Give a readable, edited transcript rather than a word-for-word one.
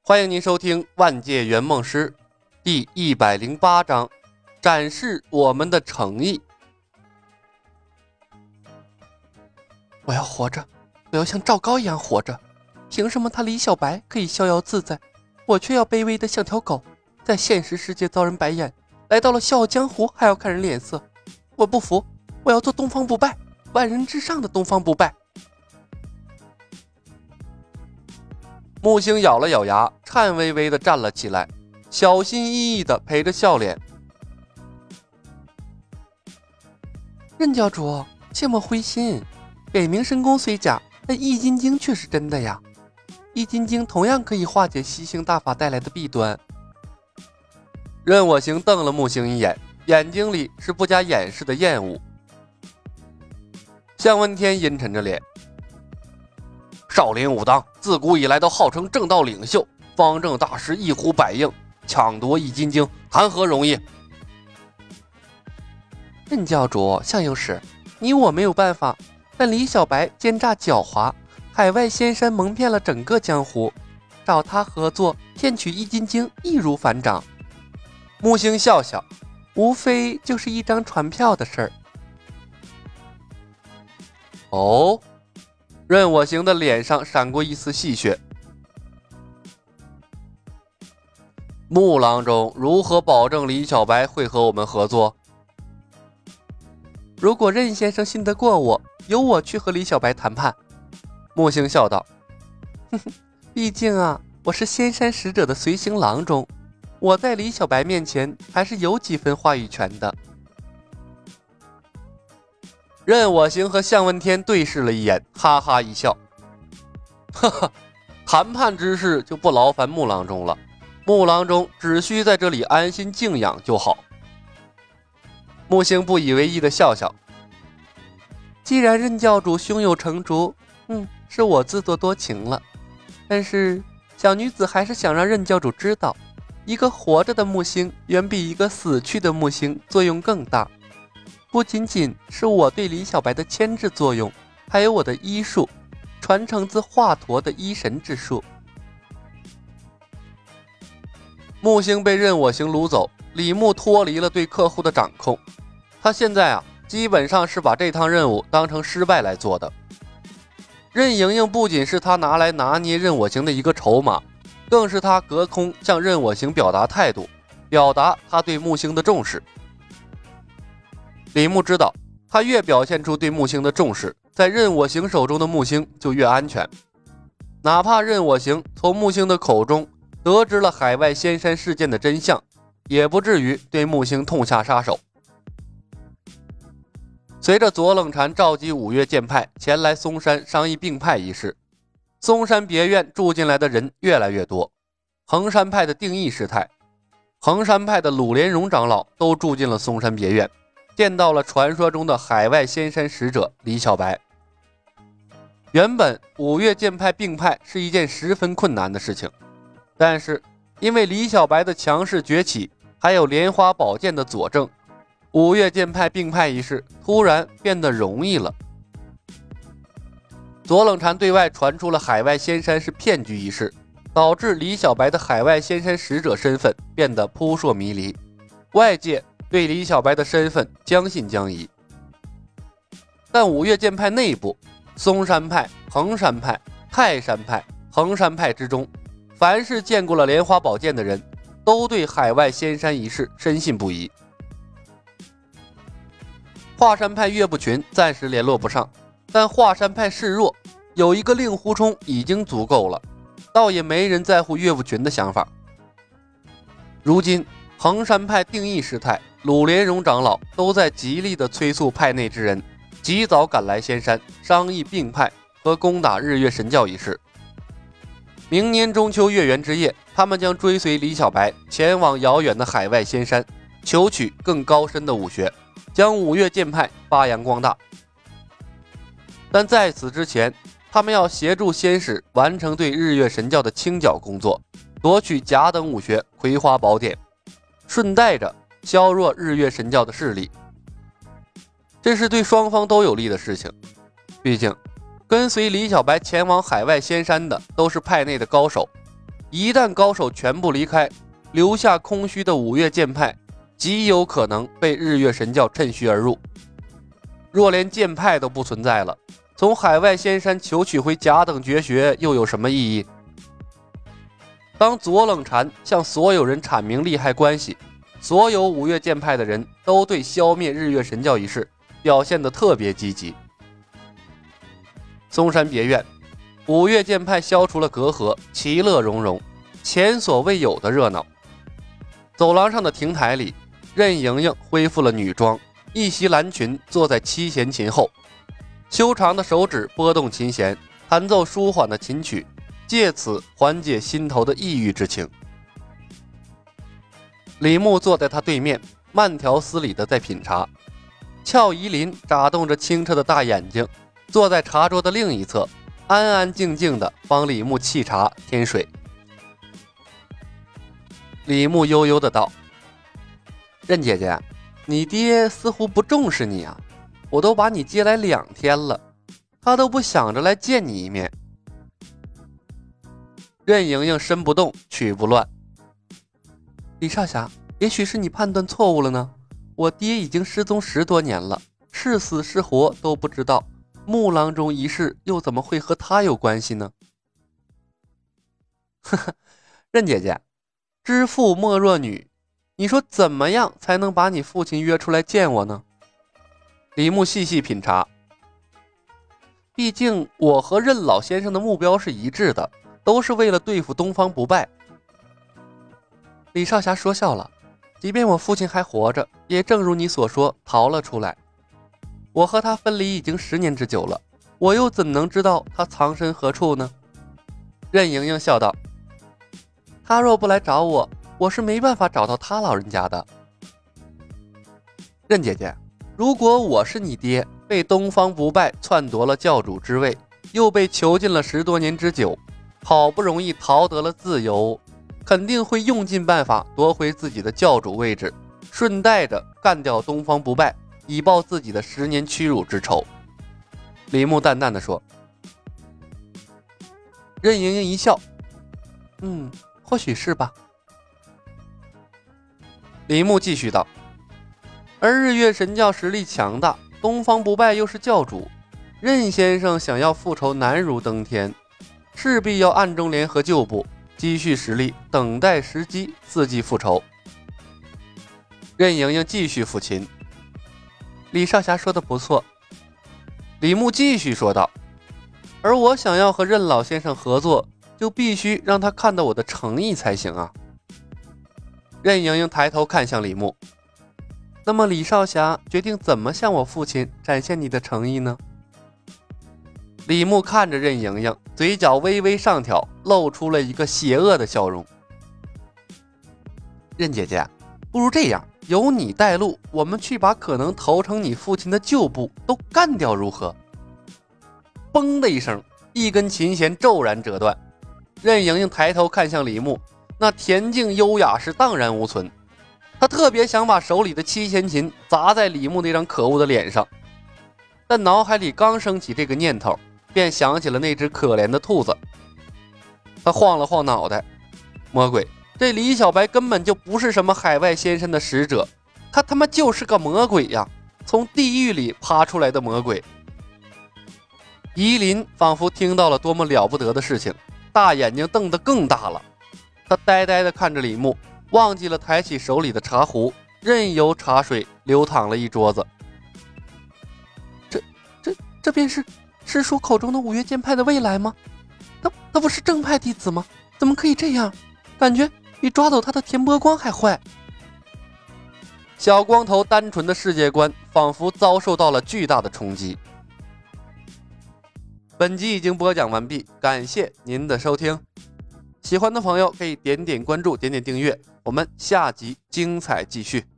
欢迎您收听《万界圆梦师》第108章，展示我们的诚意。我要活着，我要像赵高一样活着。凭什么他李小白可以逍遥自在，我却要卑微的像条狗，在现实世界遭人白眼，来到了笑傲江湖还要看人脸色。我不服，我要做东方不败，万人之上的东方不败。木星咬了咬牙，颤巍巍地站了起来，小心翼翼地陪着笑脸。任教主，切莫灰心，北冥神功虽假，但易筋经却是真的呀。易筋经同样可以化解吸星大法带来的弊端。任我行瞪了木星一眼，眼睛里是不加掩饰的厌恶。向问天阴沉着脸，少林武当自古以来都号称正道领袖，方正大师一呼百应，抢夺易筋经谈何容易？任教主，相由使，你我没有办法，但李小白奸诈狡猾，海外仙山蒙骗了整个江湖，找他合作骗取易筋经易如反掌。木星笑笑，无非就是一张船票的事儿。哦，任我行的脸上闪过一丝戏谑。木郎中如何保证李小白会和我们合作？如果任先生信得过我，由我去和李小白谈判。木星笑道，哼哼，毕竟啊，我是仙山使者的随行郎中，我在李小白面前还是有几分话语权的。任我行和向问天对视了一眼，哈哈一笑，哈哈，谈判之事就不劳烦木郎中了，木郎中只需在这里安心静养就好。木星不以为意的笑笑，既然任教主胸有成竹，是我自作多情了，但是小女子还是想让任教主知道，一个活着的木星远比一个死去的木星作用更大。不仅仅是我对李小白的牵制作用，还有我的医术，传承自华佗的医神之术。木星被任我行掳走，李牧脱离了对客户的掌控，他现在基本上是把这趟任务当成失败来做的。任盈盈不仅是他拿来拿捏任我行的一个筹码，更是他隔空向任我行表达态度，表达他对木星的重视。李牧知道，他越表现出对木星的重视，在任我行手中的木星就越安全。哪怕任我行从木星的口中得知了海外仙山事件的真相，也不至于对木星痛下杀手。随着左冷禅召集五岳剑派前来嵩山商议并派一事，嵩山别院住进来的人越来越多。衡山派的定义师太、衡山派的鲁连荣长老都住进了嵩山别院，见到了传说中的海外仙山使者李小白。原本五岳剑派并派是一件十分困难的事情，但是因为李小白的强势崛起，还有莲花宝剑的佐证，五岳剑派并派一事突然变得容易了。左冷禅对外传出了海外仙山是骗局一事，导致李小白的海外仙山使者身份变得扑朔迷离，外界对李小白的身份将信将疑。但五岳剑派内部，嵩山派、衡山派、泰山派、衡山派之中，凡是见过了莲花宝剑的人，都对海外仙山一事深信不疑。华山派岳不群暂时联络不上，但华山派示弱，有一个令狐冲已经足够了，倒也没人在乎岳不群的想法。如今衡山派定义师太、鲁连荣长老都在极力地催促派内之人及早赶来仙山商议并派和攻打日月神教一事。明年中秋月圆之夜，他们将追随李小白前往遥远的海外仙山，求取更高深的武学，将五岳剑派发扬光大。但在此之前，他们要协助仙使完成对日月神教的清剿工作，夺取甲等武学葵花宝典，顺带着削弱日月神教的势力。这是对双方都有利的事情，毕竟跟随李小白前往海外仙山的都是派内的高手， 一旦高手全部离开，留下空虚的五岳剑派极有可能被日月神教趁虚而入。若连剑派都不存在了，从海外仙山求取回甲等绝学又有什么意义？当左冷禅向所有人阐明利害关系，所有五岳剑派的人都对消灭日月神教一事表现得特别积极。嵩山别院，五岳剑派消除了隔阂，其乐融融，前所未有的热闹。走廊上的亭台里，任盈盈恢复了女装，一袭蓝裙坐在七弦琴后，修长的手指拨动琴弦，弹奏舒缓的琴曲，借此缓解心头的抑郁之情。李牧坐在他对面，慢条斯理地在品茶。俏夷琳眨动着清澈的大眼睛，坐在茶桌的另一侧，安安静静地帮李牧沏茶添水。李牧悠悠地道：任姐姐，你爹似乎不重视你啊，我都把你接来2天了，他都不想着来见你一面。任盈盈身不动曲不乱：李少侠，也许是你判断错误了呢，我爹已经失踪10多年了，是死是活都不知道，木郎中一事又怎么会和他有关系呢？呵呵，任姐姐，知父莫若女，你说怎么样才能把你父亲约出来见我呢？李牧细细品茶，毕竟我和任老先生的目标是一致的，都是为了对付东方不败。李少侠说笑了，即便我父亲还活着，也正如你所说逃了出来。我和他分离已经10年之久了，我又怎能知道他藏身何处呢？任盈盈笑道：他若不来找我，我是没办法找到他老人家的。任姐姐，如果我是你爹，被东方不败篡夺了教主之位，又被囚禁了10多年之久，好不容易逃得了自由，肯定会用尽办法夺回自己的教主位置，顺带着干掉东方不败，以报自己的10年屈辱之仇。李牧淡淡的说。任盈盈一笑，或许是吧。李牧继续道：而日月神教实力强大，东方不败又是教主，任先生想要复仇难如登天，势必要暗中联合旧部，积蓄实力，等待时机，伺机复仇。任盈盈继续抚琴。李少侠说的不错。李牧继续说道：而我想要和任老先生合作，就必须让他看到我的诚意才行啊。任盈盈抬头看向李牧，那么李少侠决定怎么向我父亲展现你的诚意呢？李牧看着任盈盈，嘴角微微上挑，露出了一个邪恶的笑容。任姐姐，不如这样，由你带路，我们去把可能投诚你父亲的旧部都干掉如何？嘣的一声，一根琴弦骤然折断。任盈盈抬头看向李牧，那恬静优雅是荡然无存。他特别想把手里的七弦琴砸在李牧那张可恶的脸上，但脑海里刚升起这个念头，便想起了那只可怜的兔子。他晃了晃脑袋，魔鬼，这李小白根本就不是什么海外仙山的使者，他他妈就是个魔鬼呀，从地狱里爬出来的魔鬼。夷琳仿佛听到了多么了不得的事情，大眼睛瞪得更大了。他呆呆地看着李牧，忘记了抬起手里的茶壶，任由茶水流淌了一桌子。这便是师叔口中的五岳剑派的未来吗？他不是正派弟子吗？怎么可以这样？感觉比抓走他的田伯光还坏。小光头单纯的世界观仿佛遭受到了巨大的冲击。本集已经播讲完毕，感谢您的收听。喜欢的朋友可以点点关注，点点订阅，我们下集精彩继续。